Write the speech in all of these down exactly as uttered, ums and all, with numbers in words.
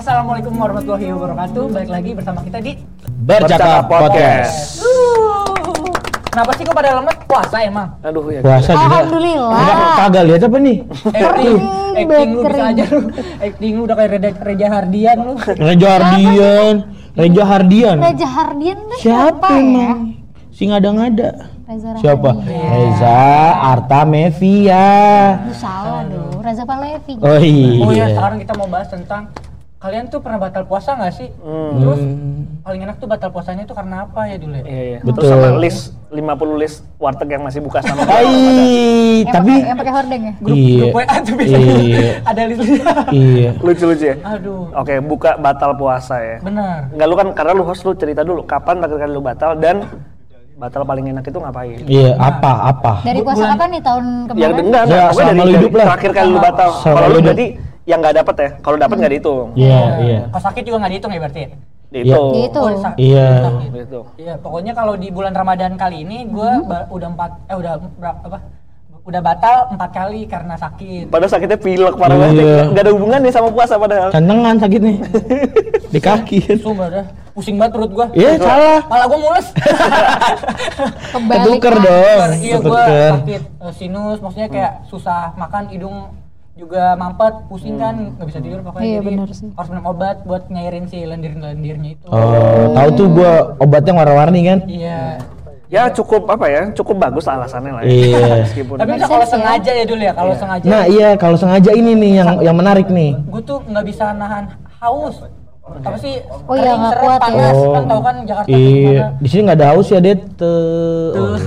Assalamualaikum warahmatullahi wabarakatuh. Balik lagi bersama kita di Bercakap Podcast. Uh, Kenapa sih kok pada lemes? Puasa emang? Aduh ya. Puasa juga. Alhamdulillah. Enggak kagak lihat apa nih? Acting, acting lu bisa aja lu. Acting lu udah kayak Reza, Reza Hardian lu. Reza Hardian. Reza Hardian. Reza Hardian tuh Siapa ya? emang? Si ngada-ngada. Reza Siapa? Hardian. Reza Artamevia. Aduh, salah dong. Reza Palevi. Oh iya. Oh ya, sekarang kita mau bahas tentang kalian tuh pernah batal puasa nggak sih? Hmm. Terus paling enak tuh batal puasanya tuh karena apa ya dulu ya? Iya, iya. Betul. Terus sama list lima puluh list warteg yang masih buka sama Hai, Yang tapi pakai- yang pakai hordeng ya? Grup, Iya. grup W A tuh bisa Iya. ada listnya. iya. lucu-lucu ya. Aduh, Oke, buka batal puasa ya. benar. Enggak, lu kan karena lu host, lu cerita dulu kapan terakhir kali lu batal dan batal paling enak itu ngapain? Iya, apa apa? Dari puasa Bulan- kapan nih tahun Ya kemarin? enggak, Ya, enggak. Pokoknya selama dari, lu dari hidup lah. terakhir kali lu batal. Selama Kalau lu lu hidup. berarti yang enggak dapat ya. Kalau dapat enggak dihitung. Iya, iya. Kalau sakit juga nggak dihitung ya berarti? ya? Dihitung. Gitu. Oh, sakit. Iya. Sakit. Gitu. Iya, pokoknya kalau di bulan Ramadan kali ini gue udah empat eh udah berapa apa? Udah batal empat kali karena sakit. Padahal sakitnya pilek parah Iya. banget. Enggak ada hubungannya sama puasa padahal. Cantengan sakit nih. Di kaki. Sumpah dah, pusing banget perut gue. Iya, salah. Malah gue mules. Kebalik. Ketuker lagi. dong. Iya, gue Ketuker. sakit eh, sinus, maksudnya kayak susah makan, hidung juga mampet, pusing kan, nggak bisa tidur pokoknya. Iya, Jadi benar sih. harus minum obat buat nyairin si lendir-lendirnya itu. Oh, tahu tuh gua obatnya warna-warni kan? Iya. Ya cukup apa ya? Cukup bagus lah alasannya lah ya. Iya. Meskipun Tapi Make nggak kalau sense ya. sengaja ya dulu ya, kalau sengaja. Nah, iya kalau sengaja ini nih yang yang menarik nih. Gue tuh nggak bisa nahan haus. Apa sih? Oh iya, kering, nggak seret, kuat ya. panas, Oh. kan tahu kan Jakarta kayak Iya, gimana. di sini nggak ada haus ya, Det. Tuh. Oh.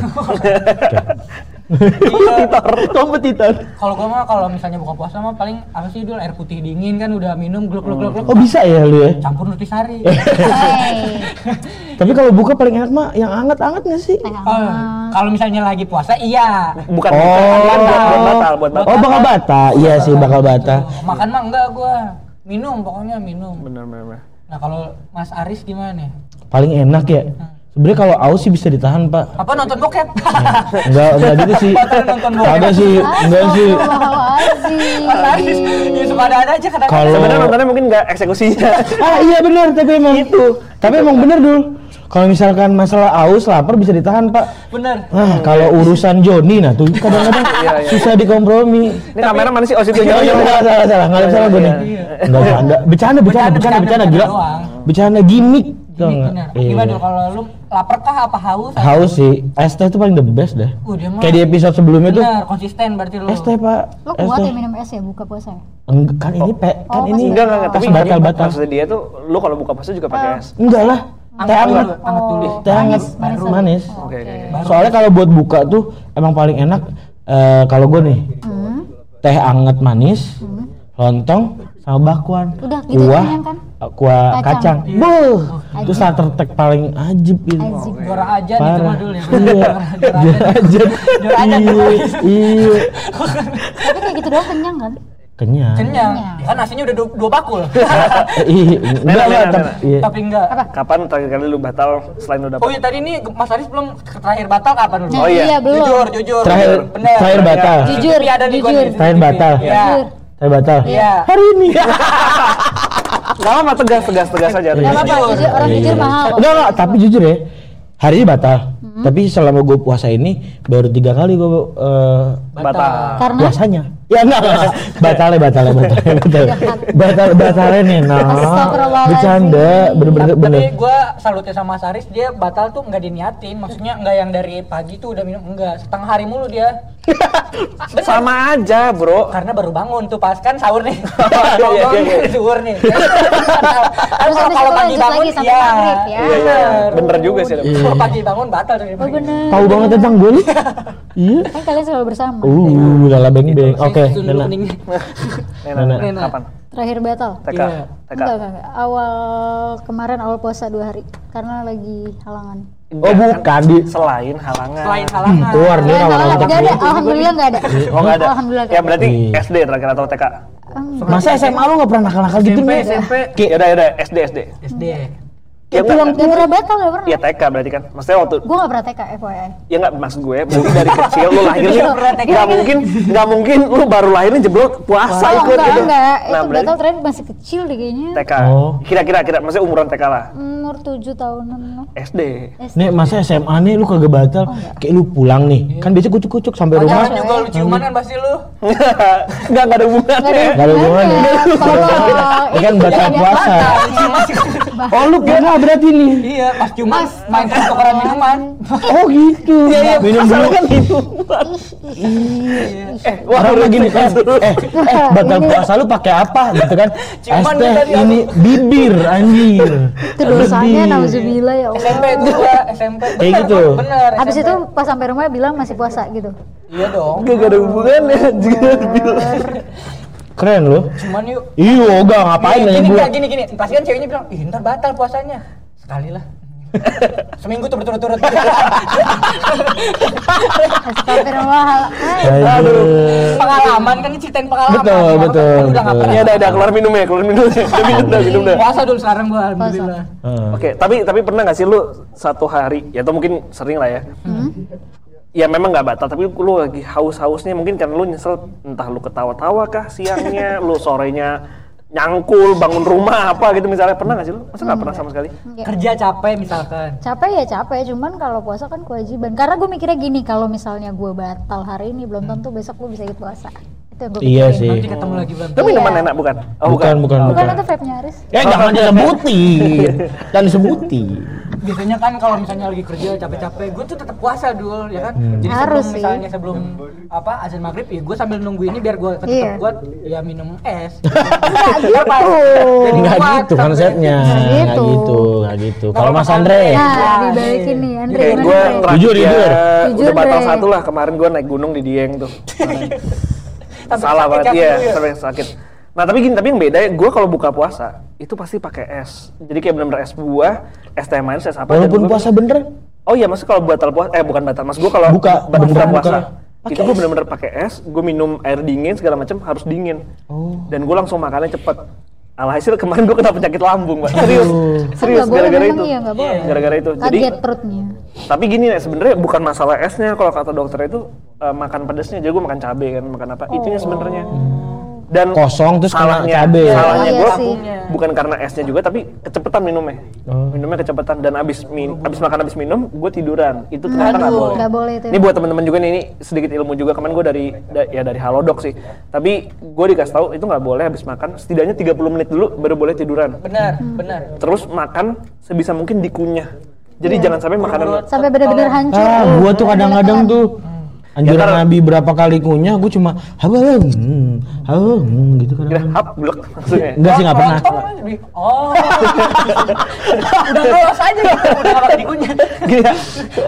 Kompetitor. Kompetitor. Kalau gue mah kalau misalnya buka puasa mah paling apa sih dulu air putih dingin kan udah minum gluk gluk gluk gluk. Oh, bisa ya lu ya? Campur nutrisari. Hai. Tapi kalau buka paling enak mah yang anget-anget nggak sih? Teh Oh, hangat. kalau misalnya lagi puasa iya. bukan Oh. bukan buat, buat batal, buat batal. Oh, bakal bata. Iya sih, bakal bata. Tuh, makan mah enggak gua. Minum pokoknya minum. Bener bener. bener. Nah, kalau Mas Aris gimana nih? Paling enak ya. Sebenarnya kalau aus sih bisa ditahan, Pak. Apa nonton bokep? Enggak, enggak gitu sih. Batal nonton bokep. Ada sih, enggak sih. Astagfirullahaladzim. Mas Aris, ya suka ada ada aja kadang-kadang. Kalau- Sebenarnya nontonnya mungkin nggak eksekusinya. Ah iya benar, tapi emang itu. Tapi emang benar dul. Kalau misalkan masalah aus, lapar bisa ditahan, Pak. Bener. Nah, kalau urusan Joni, nah tuh kadang-kadang Iya, iya. susah dikompromi. Ini kamera mana sih? Oh situ Oh, iya, jauh. salah, salah, salah, nggak ada salah gue nih. Iya. Nggak bercanda, bercanda, bercanda, bercanda, bercanda, gila. doang. Bercanda gimmick, tau Gini, nggak? bener. Iya. Gimana dulu kalau lu lapar kah apa haus? Haus sih, es teh itu paling the best dah. Uh, dia mah. Kayak di episode sebelumnya tuh, Bener, konsisten berarti lu. es teh pak, Lo es kuat teh. ya minum es ya buka puasa ya? Enggak, kan ini pe, kan Oh, ini pas Enggak enggak enggak. Tapi pas batal-batal. maksudnya dia tuh, lu kalau buka puasa juga pakai es. Enggak lah, teh Anget hangat, dulu, anget dulu. teh hangat, manis, manis. manis. Oke oke. Baru. Soalnya kalau buat buka tuh emang paling enak eh, kalau gue nih Hmm. teh anget manis, lontong sama bakwan, Udah, gitu kuah, kenyang kan? eh, kuah Kacang. kacang, Iya. buh, Ajib. itu starter tech paling ajib gitu. Ajib. Juara aja nih cuma Parah. dulu ya. Iya, Juara juara aja. Juara aja. Iya, iya. Tapi kayak gitu doang kenyang kan? Kenyang. Kenyang. Kenyang. Kan nasinya udah dua, dua bakul. Iya, enggak Nena, lah, nena, tapi nena. iya. Tapi enggak. Kapan terakhir kali lu batal selain lu dapat? Oh iya tadi nih Mas Aris belum terakhir batal kapan dulu? Nah, Oh, iya. iya belum. Jujur, jujur. Terakhir Bener. terakhir batal. Jujur, Tapi ada di gua jujur. nih, Terakhir C C T V. batal. Iya. Jujur. Terakhir batal. Iya. Hari ini. Enggak apa tegas tegas tegas aja. Gak apa-apa, jujur, orang jujur mahal kok. Enggak enggak, tapi jujur ya. Hari ini batal. Tapi selama gue puasa ini baru tiga kali gue eh, Batal. Karena puasanya. Ya enggak, enggak. Batalnya, batalnya, batalnya, batalnya. Batal, batalnya nih, nah. Astagfirullahaladzim. Bercanda, bener-bener, Tapi, bener. tapi gue salutnya sama Mas Aris, dia batal tuh nggak diniatin, maksudnya nggak yang dari pagi tuh udah minum, enggak, setengah hari mulu dia. Bener. Sama aja, Bro. Karena baru bangun tuh pas kan sahur nih. Iya, iya, Bangun iya. sahur nih. Kan Terus kalau habis kalau itu pagi lanjut bangun lagi sampai iya. maghrib ya. Iya iya. Bener juga sih. Iya. Kalau pagi bangun batal tuh. Oh bener. Tahu banget tentang gue nih. Iya. Kan kalian selalu bersama. Uh, lala beng beng. Oke, Sundul Nena. kuning. Nena, Nena. Nena. Kapan? Terakhir batal. T K. Iya. T K. Enggak, enggak, enggak. Awal kemarin awal puasa dua hari karena lagi halangan. Oh, bukan di Selain halangan. Selain halangan. keluar nih Enggak, rawan enggak, otak. enggak ada. Alhamdulillah enggak ada. Oh enggak ada. Alhamdulillah Ya enggak ada. berarti Iya. S D terakhir atau T K? Enggak. Masa S M A lu enggak pernah nakal-nakal gitu S M P, nih? S M P. Ya udah ya udah S D S D. S D. Ya Gak pernah batal, gak pernah. Ya T K berarti kan. Maksudnya waktu Gue gak pernah T K, F Y I. ya nggak maksud gue berarti dari kecil lu lahir nih Pernah T K. nggak mungkin nggak mungkin lu baru lahir nih jeblok puasa Oh ikut enggak, gitu. enggak. Nah Itu berarti batal terakhir masih kecil deh kayaknya. T K. Oh. Kira-kira kira maksudnya umuran T K lah. Umur tujuh tahunan lah. S D. S D. Nih masa S M A nih lu kagak batal? Kayak lu pulang nih, kan biasa kucuk-kucuk sampai rumah. Pacaran juga lu ciuman kan pasti lu. Nggak nggak ada hubungan. Gak ada Nggak ada hubungannya. Kalau Ini kan batal puasa. Oh lu pernah berarti nih? Iya, pas ciuman main tukeran minuman. Oh gitu. Minum dulu. kan itu. Eh, orang lagi nih eh, eh, eh, batal puasa lu pakai apa gitu kan? Es Ciuman teh tadi, ini bibir anjir. itu dosanya, Lebih. nauzubillah ya S M P Allah. gua, S M P. Kayak Bener, gitu. Bang, bener. Habis S M P. itu pas sampai rumah bilang masih puasa gitu. Iya dong. Nggak ada hubungannya juga. Keren lu. Cuman yuk. Iya, enggak ngapain Gini, nanya gini, gua. gini, gini. Pasti kan ceweknya bilang, ih ntar batal puasanya. Sekali lah. Seminggu tuh berturut-turut. Astagfirullah. Aduh. Pengalaman kan, ini ceritain pengalaman. Betul, Orang betul, kan udah nggak betul. pernah. Ya udah udah keluar minum ya keluar minum. Udah minum udah minum udah. Puasa dulu sekarang gua, alhamdulillah. Heeh. Oke, tapi tapi pernah nggak sih lu satu hari, ya atau mungkin sering lah ya? Ya memang nggak batal, tapi lu lagi haus-hausnya mungkin karena lu nyesel, entah lu ketawa-tawa kah siangnya, lu sorenya nyangkul bangun rumah apa gitu misalnya, pernah nggak sih lu? Masa nggak pernah sama sekali? Kerja capek misalkan. Capek ya capek, cuman kalau puasa kan kewajiban. Karena gue mikirnya gini, kalau misalnya gue batal hari ini belum tentu besok lu bisa ikut puasa. Itu yang gue Iya pikirin. sih. Nanti ketemu lagi bang. Itu minuman enak bukan? Oh, Bukan, bukan, Bukan bukan. itu vape-nya Aris. Eh jangan disebutin. Jangan disebutin. Biasanya kan kalau misalnya lagi kerja capek-capek, gue tuh tetap puasa dulu, ya kan. Jadi Harus sebelum sih. misalnya sebelum apa azan maghrib, ya gue sambil nunggu ini biar gue tetap Iya. kuat, ya minum es. Enggak gitu. Jadi Enggak kuat, gitu tapi- konsepnya. Nggak Enggak gitu. gitu, enggak gitu. Kalau Kalau Mas Mas Andre, Andre. Nah, dibalikin nih, Andre Kayak gimana, gue Andre? terakhir Jujur, ya, jujur. Jujur, udah batal Dre. satu lah, kemarin gue naik gunung di Dieng tuh. Sampai Salah sakit banget kaki ya, dulu ya. sampai sakit. Nah tapi gini, tapi yang beda ya, gue kalau buka puasa itu pasti pakai es. Jadi kayak benar-benar es buah, es teh manis, es apa. dan walaupun gua- puasa bener, Oh iya, maksudnya kalau batal puasa, eh bukan batal, mas gue kalau Buka, batal beneran puasa, buka. itu gue bener-bener pakai es, gue minum air dingin segala macam harus dingin, Oh. dan gue langsung makannya cepet. Alhasil kemarin gue kena penyakit lambung, Pak. Serius, Kan serius nggak boleh gara-gara memang, itu, iya nggak boleh. gara-gara itu. Jadi, Kaget perutnya. tapi gini ya sebenarnya bukan masalah esnya, kalau kata dokter itu eh, makan pedasnya, jadi gue makan cabai kan, makan apa, itunya sebenarnya. Dan Kosong terus kena salahnya, cabai. salahnya Oh, iya gue sih. bukan karena esnya juga, tapi kecepatan minumnya. Oh. Minumnya kecepatan dan abis min, abis makan abis minum, gue tiduran. Itu ternyata nggak Aduh, boleh. nggak boleh itu. Ini buat teman-teman juga nih, ini sedikit ilmu juga. Kemarin gue dari da- ya dari Halodoc sih. Tapi gue dikasih tahu itu nggak boleh habis makan. Setidaknya tiga puluh menit dulu baru boleh tiduran. Benar, benar. Terus makan sebisa mungkin dikunyah. Jadi Iya. jangan sampai makanan Sampai benar-benar hancur. Ah, gua tuh kadang-kadang tuh anjuran Ya, ntar- Nabi berapa kali kunyah, gua cuma habang, habang gitu kira kadang. hap blek maksudnya. Enggak sih, nggak pernah. Lontong aja, Bi. Oh. Udah lolos aja gitu, udah nggak pakai dikunyah. Gini ya.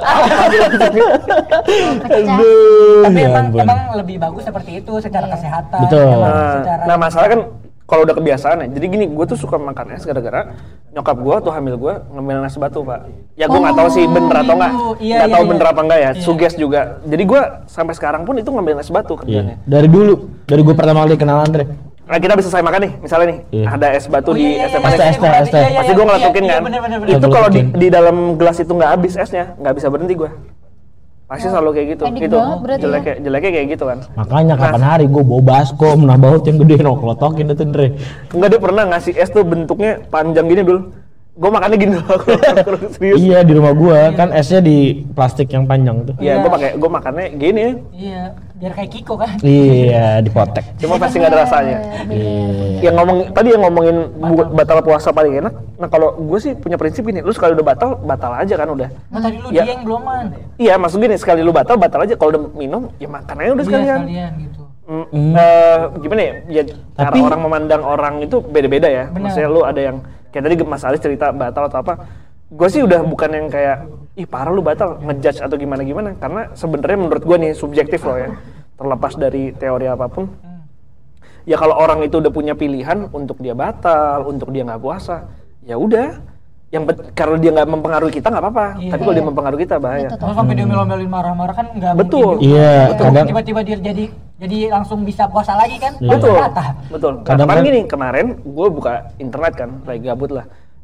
Pecah. Aduh, Tapi ya emang ampun. emang lebih bagus seperti itu secara kesehatan. Betul. emang Nah, secara nah masalah kan kalau udah kebiasaan ya. Jadi gini, gue tuh suka makan es gara-gara nyokap gue tuh hamil gue ngemil es batu, Pak. Ya gue nggak tahu sih bener atau nggak, gitu. Iya, nggak iya, tahu iya. bener apa enggak ya. Iya. Suges juga. Jadi gue sampai sekarang pun itu ngambil es batu Iya. kerjanya. Dari dulu, dari gua pertama kali kenal Andre. Nah kita bisa selesai makan nih, misalnya nih Iya. ada es batu Oh, di iya, es iya, teh manis. iya, es teh, es teh. iya, iya, Pasti iya, gue ngelatukin iya, kan. bener, bener, bener. Itu kalau di, Ngelatukin. di dalam gelas itu nggak habis esnya, nggak bisa berhenti gue. Pasti selalu kayak gitu. Edik Gitu. banget berarti ya. Jeleknya, jeleknya kayak gitu kan. Makanya kapan hari gua bawa baskom, nah baut yang gede no klotokin itu Andre. Enggak, dia pernah ngasih es tuh bentuknya panjang gini dulu. Gue makannya gini dulu. Serius. Iya di rumah gua kan esnya di plastik yang panjang tuh. Iya, gue pakai gue makannya gini. Iya, biar kayak Kiko kan. Iya, dipotek. Cuma pasti nggak ada rasanya. Iya. Yang ngomong tadi yang ngomongin bu- batal puasa paling enak. Nah kalau gue sih punya prinsip ini, lu sekali udah batal, batal aja kan udah. Nah, tadi lu Ya. dieng belum man. Iya, maksud gini, sekali lu batal, batal aja. Kalau udah minum, ya makan aja udah Iya, sekalian. sekalian gitu. Mm, eh, gimana ya? Ya cara Tapi- orang memandang orang itu beda-beda ya. Benar. Maksudnya lu ada yang kayak tadi Mas Alis cerita batal atau apa. Gue sih udah bukan yang kayak ih parah lu batal ngejudge atau gimana gimana, karena sebenarnya menurut gue nih subjektif loh ya. Terlepas dari teori apapun. Ya kalau orang itu udah punya pilihan untuk dia batal, untuk dia nggak puasa, ya udah. Yang bet- kalau dia nggak mempengaruhi kita nggak apa-apa. Iya. Tapi kalau dia mempengaruhi kita bahaya. Kalau sampai dia melomel-melin marah-marah kan nggak Betul. mungkin juga. Iya, Betul. kadang- Tiba-tiba dia jadi jadi langsung bisa puasa lagi kan? Iya. Betul, Batal. betul. Nah, Kadang kemarin kan- gini, kemarin gue buka internet kan, lagi gabut lah.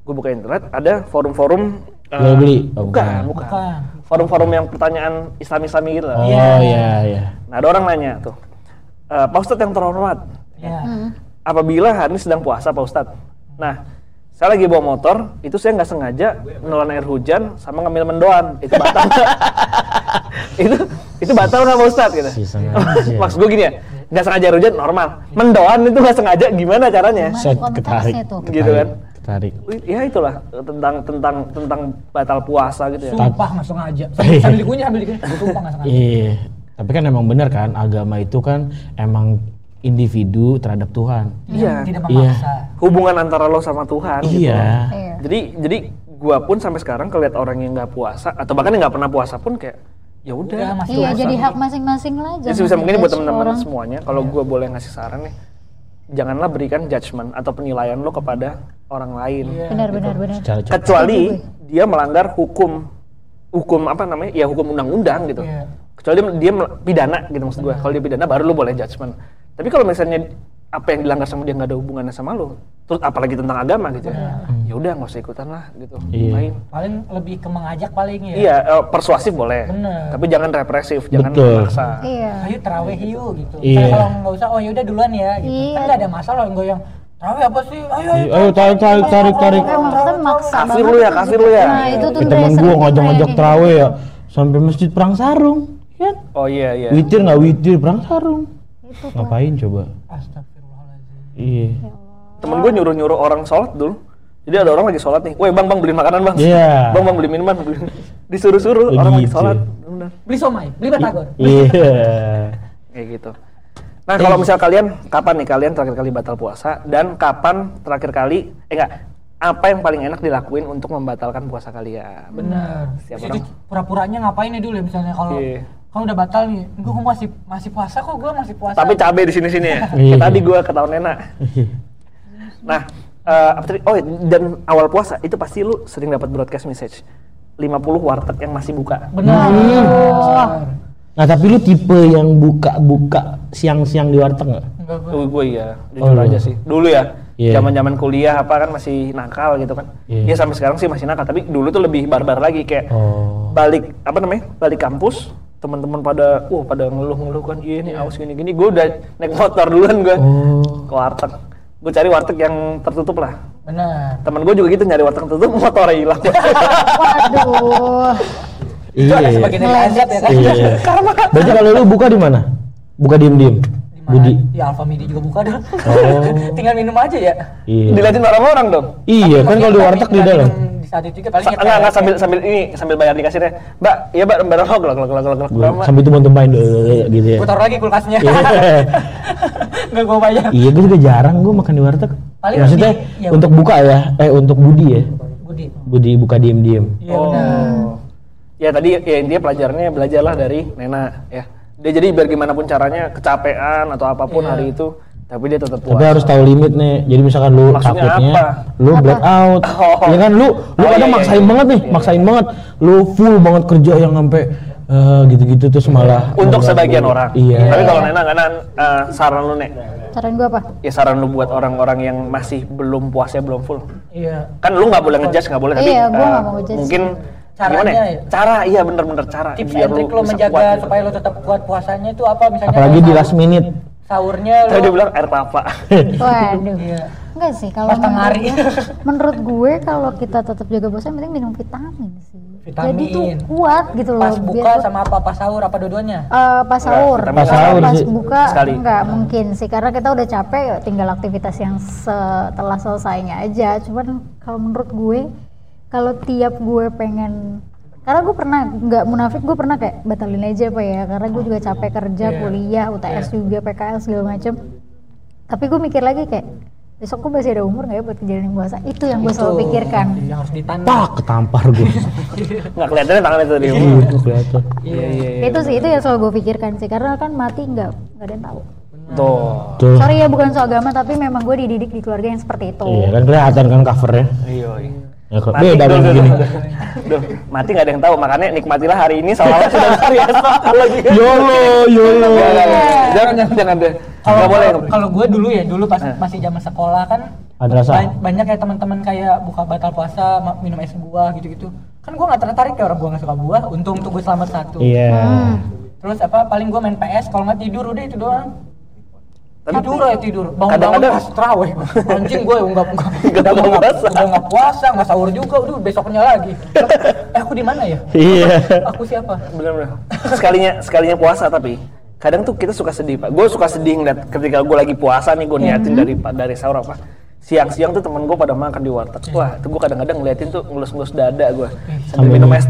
gue buka internet, ada forum-forum uh, Jual beli? Oh, bukan, bukan. bukan, Bukan. Forum-forum yang pertanyaan Islam-Islami gitu lah. Oh Iya. iya iya. Nah ada orang nanya tuh, e, Pak Ustadz yang terhormat, Iya. Hmm. apabila hari ini sedang puasa Pak Ustadz, nah saya lagi bawa motor, itu saya nggak sengaja nelan air hujan sama ngambil mendoan, itu batal nggak? itu itu batal nggak Pak Ustadz gitu? Si sengaja. Maksud gue gini ya, nggak sengaja air hujan normal, mendoan itu nggak sengaja gimana caranya? Gimana Set konteksnya ketarik. tuh? Gitu kan? Ketarik. Ya itulah tentang tentang tentang batal puasa gitu ya. Sumpah nggak sengaja. Sambil, sambil dikunyah, sambil dikunyah. Gue sumpah nggak sengaja. Iya. Tapi kan emang benar kan, agama itu kan emang individu terhadap Tuhan. Iya. Tidak Iya. memaksa. Hubungan antara lo sama Tuhan. gitu. Iya. Iya. Jadi jadi gua pun sampai sekarang keliat orang yang nggak puasa atau bahkan yang nggak pernah puasa pun kayak ya Udah, udah. masih Iya, puasa. jadi hak masing-masing lah. Ya jangan sebisa mungkin buat di-judge teman-teman orang. semuanya, kalau gua boleh ngasih saran nih, janganlah berikan judgement atau penilaian lo kepada orang lain. Iya. Benar, benar, benar. Secara cepat. Kecuali Setuju dia melanggar hukum hukum apa namanya? Ya hukum undang-undang gitu. Iya. Kecuali dia, dia mel- pidana gitu maksud gua. Kalau dia pidana baru lo boleh judgement. Tapi kalau misalnya apa yang dilanggar sama dia nggak ada hubungannya sama lo, terus apalagi tentang agama gitu ya, ya udah nggak usah ikutan lah gitu. Iya. Main. Paling lebih ke mengajak paling ya. Iya, eh, persuasif boleh. Bener. Tapi jangan represif, jangan Betul. memaksa. Iya. Ayo terawih yuk gitu. Iya. Kayak kalau nggak usah, oh yaudah duluan ya. Gitu. Iya. Kan nggak ada masalah nggak yang terawih apa sih? Ayo, Iya, ayo, tarik, tarik, tarik, tarik. Eh, maksudnya maksa Kafir banget lu ya, tuh. kafir lu ya. Nah, itu tuh Eh, temen dress gua up ngajak-ngajak kayak terawih gitu. ya sampai masjid perang sarung. Ya. Oh iya iya. Witir nggak witir perang sarung. Itu tuh. Ngapain coba? Astagfirullahaladzim. Iya. Temen gue nyuruh-nyuruh orang sholat dulu. Jadi ada orang lagi sholat nih, woi bang bang beli makanan bang. Iya. Bang bang beli minuman. Beli. Disuruh-suruh Oh, orang lagi gitu. sholat. Bener. Beli somai, beli batagor. Iya. Kayak gitu. Nah kalau misal kalian, kapan nih kalian terakhir kali batal puasa dan kapan terakhir kali, eh enggak, apa yang paling enak dilakuin untuk membatalkan puasa kalian? Bener. Setiap Terus orang. itu pura-puranya ngapain ya dulu ya misalnya kalau Iya. kalau udah batal nih, gue masih masih puasa kok, gue masih puasa. Tapi cabe di sini-sini ya. Iya. Kayak tadi gue ketahuan enak. Nah, eh, apa tadi? Oh, dan awal puasa itu pasti lu sering dapat broadcast message. lima puluh warteg yang masih buka. bener. Nah tapi lu tipe yang buka-buka siang-siang di warteg nggak? Enggak gue. Tuh gue iya, jujur Oh, aja lu. sih. Dulu ya, Iya. zaman-zaman kuliah apa kan masih nakal gitu kan. Iya. Ya sampai sekarang sih masih nakal, tapi dulu tuh lebih barbar lagi kayak Oh. balik apa namanya? Balik kampus, teman-teman pada wah pada ngeluh-ngeluh kan, iya nih aus gini-gini. Gue udah naik motor duluan gue Oh. ke warteg. Gue cari warteg yang tertutup lah. Bener. Temen gue juga gitu nyari warteg tertutup, motornya hilang. Waduh. Itu ada Iya. sebagian dari azab ya kan. Iya. Berarti kalau lu buka di mana? Buka diem-diem. Dimana? Budi. Ya Alfa Midi juga buka dah. Oh. Tinggal minum aja ya. Iya. Diliatin orang-orang dong. Iya kan kalau di Maksudnya warteg di nggak dalam. minum Di saat itu juga paling Sa- ya enggak, enggak kayak- sambil sambil ini sambil bayar di kasirnya. Mbak, iya Mbak, Mbak Rohok glok glok glok glok. Gua sambil tumpang-tumpahin deh gitu ya. Gue taruh lagi kulkasnya. Iya. Nggak gue bayar. Iya, gue juga jarang gue makan di warteg. Paling Maksudnya di- ya, untuk buka ya, eh untuk Budi ya. Budi. Budi buka diem-diem. Iya benar. Ya tadi ya intinya pelajarannya belajarlah dari Nena ya. Dia jadi biar gimana pun caranya kecapean atau apapun Iya. hari itu, tapi dia tetap puasa. Tapi harus tahu limit nih. Jadi misalkan lu Maksudnya takutnya apa? lu black out. Oh. Ya kan lu lu Oh, kadang iya, maksain iya. banget nih, maksain banget. Lu full banget kerja yang sampai eh, gitu-gitu terus malah Untuk mengganggu. sebagian orang. Iya. Tapi kalau Iya. Nena nggak Nan, eh, saran lu Nek. Saran gue apa? Ya saran lu buat orang-orang yang masih belum puasnya belum full. Iya. Kan lu nggak boleh ngejudge, nggak boleh tapi Iya, gua eh, nggak mau ngejudge. mungkin Caranya gimana ya? ya? Cara iya bener-bener cara Tips biar and trick lo bisa menjaga kuat gitu. supaya lo tetap kuat puasanya itu apa misalnya? Apalagi lo di sahur- last minute. Sahurnya Tadi dia lo bilang air kelapa. Waduh. Iya. Enggak sih kalau Pas tengah hari. menurut, gue- menurut gue kalau kita tetap jaga puasa yang penting minum vitamin sih. Vitamin. Jadi tuh kuat gitu loh. pas biar buka tuh- sama apa pas sahur apa dua-duanya? Eh, pas sahur, vitamin Pas Kalau sahur pas sih. buka Sekali. enggak mungkin sih karena kita udah capek ya tinggal aktivitas yang setelah selesainya aja. Cuman kalau menurut gue kalau tiap gue pengen karena gue pernah nggak munafik gue pernah kayak batalin aja apa ya karena gue juga capek kerja Iya. kuliah U T S juga P K L segala macem tapi gue mikir lagi kayak besok gue masih ada umur nggak ya buat kejadian puasa itu yang gue selalu Itu pikirkan yang harus ditanda. Pak ketampar gue. Nggak kelihatannya tangannya tadi. Iya, itu kelihatan. Iya iya. iya. itu sih itu yang selalu gue pikirkan sih karena kan mati nggak nggak ada yang tahu Tuh. Tuh. sorry ya bukan soal agama tapi memang gue dididik di keluarga yang seperti itu Iya kan kelihatan kan covernya. Iya. iya. Ya, kok Mati, beda duh, kan duh, begini. duh, duh. Duh, mati nggak ada yang tahu, makanya nikmatilah hari ini seolah sudah hari esok lagi. Yolo, yolo. Jangan, jangan, jangan, jangan deh. Kalau Nggak boleh. kalau gue dulu ya dulu pas masih zaman sekolah kan Ada rasa. Ba- banyak ya teman-teman kayak buka batal puasa, ma- minum es buah gitu-gitu. Kan gue nggak tertarik ya, orang gue nggak suka buah. Untung tuh gue selamat satu. Iya. Terus apa? Paling gue main P S, kalau nggak tidur udah itu doang. Tapi- tidur ya tidur. Bangun-bangun Kadang-kadang- pas terawih. Anjing gue nggak nggak Nggak udah mau nggak puasa. udah nggak puasa, nggak sahur juga. Udah besoknya lagi. Eh aku di mana ya? Iya. Aku siapa? Bener-bener. Sekalinya sekalinya puasa tapi kadang tuh kita suka sedih pak. Gue suka sedih ngeliat ketika gue lagi puasa nih, gue niatin dari dari sahur apa. Siang-siang tuh temen gue pada makan di warteg. Wah, itu gue kadang-kadang ngeliatin tuh ngelus-ngelus dada gue sambil minum es teh.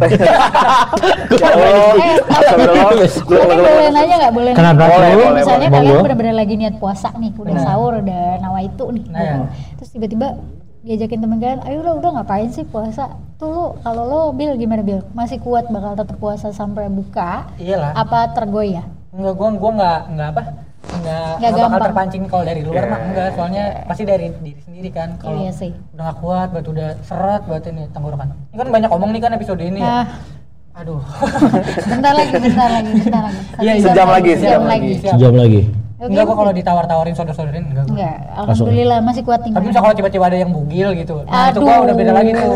Ya Allah, astagfirullah. Gua- Ini gua- boleh nanya nggak? Boleh Kenapa? nanya. Boleh, Kalau boleh, misalnya boleh. kalian Monggo. benar-benar lagi niat puasa nih, udah Benar. sahur, udah nawaitu nih. Nah, ya. Terus tiba-tiba diajakin temen kalian, ayo lo udah ngapain sih puasa? Tuh lo, kalau lo Bil gimana Bil? Masih kuat bakal tetap puasa sampai buka? Iyalah. Apa tergoyah? Enggak, gue gue nggak nggak apa nggak Nggak nggak bakal gampang. terpancing kalau dari luar Yeah. mah enggak, soalnya pasti dari diri sendiri kan. Kalau Iya sih. udah nggak kuat, berarti udah seret berarti nih tenggorokan. Ini kan banyak omong nih kan episode ini ya. Ah, Aduh. bentar lagi, bentar lagi, bentar lagi. Satu Iya, jam sejam lagi, sejam sejam lagi. Siap. Sejam lagi. Oke, Enggak, gue kalau ditawar-tawarin sodor-sodorin enggak. gua. Enggak, alhamdulillah masih kuat nih. Tapi misal kalau tiba-tiba ada yang bugil gitu, nah itu Aduh. gua udah beda lagi tuh.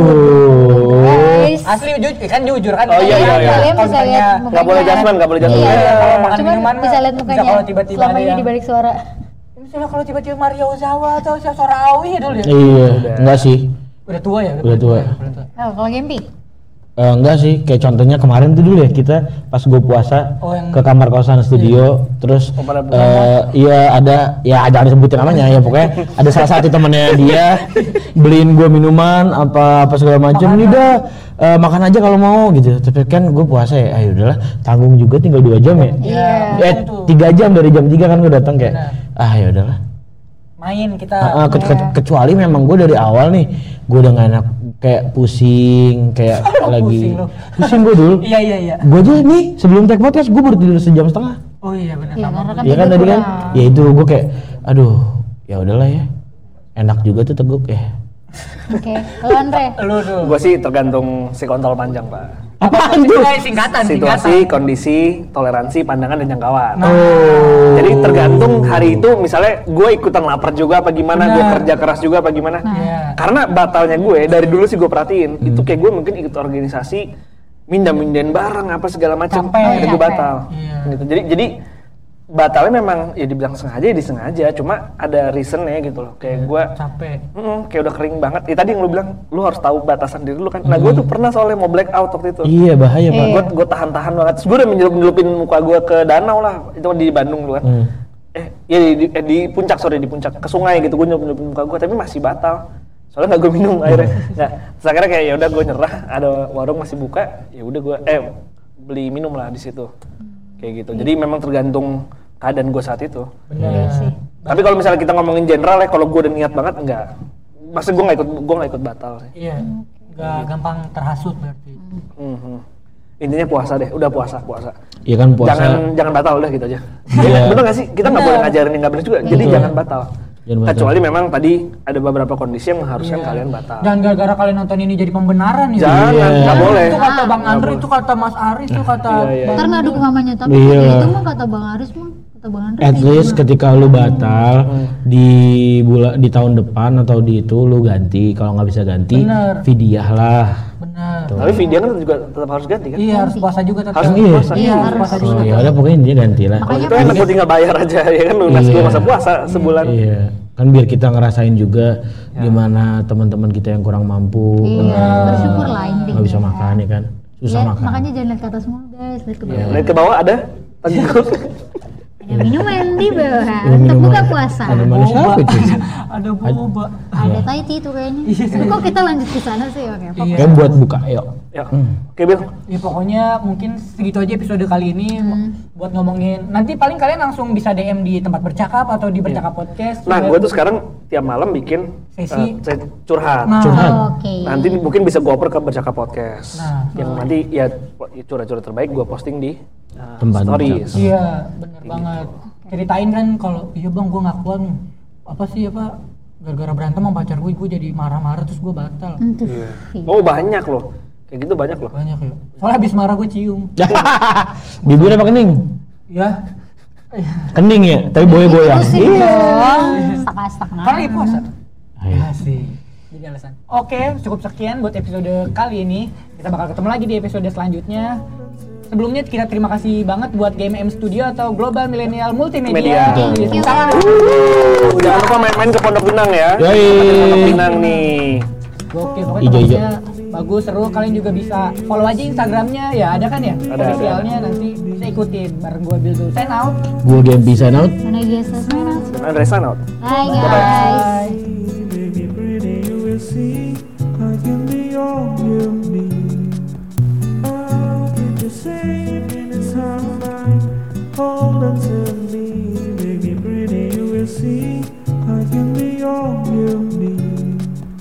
Aduh. Guys. Asli jujur kan jujur kan. Oh, iya, iya, iya. Kalian Kalau bisa lihat misalnya mukanya. nggak boleh judgement, nggak boleh judgement. Iya, Iya, kalau makan cuman minuman bisa mah, lihat bisa mukanya. kalau tiba-tiba Selama ada ini yang- di balik suara. Misalnya kalau tiba-tiba Mario Ozawa atau si Sorawi ya dulu ya. Iya, enggak sih. Udah tua ya? Udah tua. ya, udah tua. Oh, kalau Gempi? Eh, enggak sih, kayak contohnya kemarin tuh dulu ya, kita pas gue puasa Oh, yang- ke kamar kosan studio, terus Oh, pada eh, iya ada, ya jangan disebutin namanya ya, pokoknya ada salah satu temennya dia beliin gue minuman apa apa segala macam, nih dah eh, makan aja kalau mau gitu. Tapi kan gue puasa ya, ayo udahlah, tanggung juga tinggal dua jam ya. Iya. Eh itu. tiga jam dari jam tiga kan gue datang kayak, Benar. ah ya udahlah. Main kita. Ah, ah, ke- ke- kecuali memang gue dari awal nih, gue udah gak enak, kayak pusing, kayak lagi Pusing lu. pusing gue dulu. Iya iya iya. Gue aja nih sebelum take podcast gue baru tidur sejam setengah. Oh iya benar Iya, sama. karena kan Iya kan tidur tadi kan? kurang. Ya itu gue kayak, aduh, ya udahlah ya. Enak juga tuh teguk ya. Oke, kalau Andre? Lu tuh. Gue sih tergantung si kontol panjang pak. Apaan tuh? Nah, singkatan, Situasi, singkatan. kondisi, toleransi, pandangan dan jangkauan. Oh. Jadi tergantung hari itu, misalnya gue ikutan lapar juga apa gimana, gue Benar. kerja keras juga apa gimana. Iya. Karena batalnya gue dari dulu sih gue perhatiin, itu kayak gue mungkin ikut organisasi, mindah-mindahin barang apa segala macam, Capek. akhirnya gue Capek. batal. Iya. Gitu. Jadi jadi batalnya memang ya dibilang sengaja ya disengaja, cuma ada reasonnya gitu loh. Kayak gue Capek. Mm, kayak udah kering banget. Ya tadi yang lu bilang, lu harus tahu batasan diri lu kan. Nah, gue tuh pernah soalnya mau black out waktu itu. Iya bahaya pak. Iya. Gue gue tahan-tahan banget. Terus gue udah menyelup-nyelupin muka gue ke danau lah. Itu di Bandung dulu kan. Hmm. Eh, ya di, di, eh, di puncak sorry di puncak ke sungai gitu. Gue nyelup-nyelupin muka gue, tapi masih batal. Soalnya nggak gue minum airnya. Nah, terus akhirnya kayak ya udah gue nyerah. Ada warung masih buka, ya udah gue eh beli minum lah di situ. Kayak gitu. Jadi memang tergantung keadaan gue saat itu. Benar. Iya sih. Tapi kalau misalnya kita ngomongin general ya, kalau gue udah niat banget enggak. Maksud gue nggak ikut, gue nggak ikut batal sih. Iya. Enggak gampang terhasut berarti. Mhm. Intinya puasa deh, udah puasa puasa. Iya kan puasa. Jangan jangan batal udah gitu aja. Iya. Bener nggak sih? Kita nggak Bener. boleh ngajarin yang nggak benar juga. Jadi Betul. jangan batal. Jangan batal. Kecuali memang tadi ada beberapa kondisi yang mengharuskan Iya. kalian batal. Dan gara-gara kalian nonton ini jadi pembenaran ya. Jangan, Iya. nggak boleh. Itu kata Bang Nggak Andre, boleh. itu kata Mas Aris, itu kata Iya, iya. Bang Ntar ngadu ke mamanya, tapi Iya. itu mah kata Bang Aris mah, kata Bang Andre. At kayak least gitu. ketika lu batal di bulan di tahun depan atau di itu lu ganti. Kalau nggak bisa ganti, Bener. fidyah lah. Benar. Tapi video kan juga tetap harus ganti kan? Iya, harus puasa juga tetap. Harus iya. puasa. Iya, harus puasa juga. Oh ya udah pokoknya dia ganti lah. Kalau Makanya itu enak gue tinggal bayar aja ya kan lunas gue Iya. masa puasa sebulan. Iya, kan biar kita ngerasain juga gimana teman-teman kita yang kurang mampu, Iya, eh, bersyukur lah intinya. nggak bisa makan ya kan, susah Ya, makan. makanya jangan lihat ke atas mulu guys, lihat ke Ya, bawah. lihat ke bawah ada penjenguk. Ada minuman di bawah Ada untuk minuman. buka puasa. Ada manis apa itu? Ada boba. Ada Thai tea tuh kayaknya. Tapi kok kita lanjut ke sana sih? Oke, fokus. Iya. Kayak buat buka, yuk. Ya. Oke, Bil. Ya pokoknya mungkin segitu aja episode kali ini Hmm. buat ngomongin. Nanti paling kalian langsung bisa D M di tempat bercakap atau di bercakap podcast. Nah, juga. gue tuh sekarang tiap malam bikin Sesi. eh, saya curhat. Nah, Curhat. Oke. Nanti mungkin bisa gue oper ke bercakap podcast. Nah. yang nanti ya curhat-curhat terbaik gue posting di uh, Tempat stories. Iya, bener banget. Ceritain kan kalau iya bang gue nggak kuat nih. Apa sih apa? Gara-gara berantem sama pacar gue, gue jadi marah-marah terus gue batal. Hmm, tuh. Iya. Oh banyak loh, kayak gitu banyak loh. Banyak ya. Soalnya habis marah gue cium. Bibirnya apa kening? Ya. Kening ya, tapi boy goyang. Terusin dong. Stak-stak nah. Kan lagi puasa. Asik. Jadi alasan. Oke, cukup sekian buat episode kali ini. Kita bakal ketemu lagi di episode selanjutnya. Sebelumnya kita terima kasih banget buat Game M Studio atau Global Millennial Multimedia. Media. Di tangan. Jangan lupa main-main ke Pondok Pinang ya. Yoi. Ada Pondok Pinang nih. Gokil, pokoknya Ijo, ijo. tempatnya bagus, seru. Kalian juga bisa follow aja Instagramnya, ya ada kan ya? Ada, Officialnya nanti bisa ikutin bareng gue Bildu. Sign out. Gua game bisa out. Mana biasa sana. Andre sign out. Hai guys. Bye. Baby, pretty you will see I can be all you need. How did you say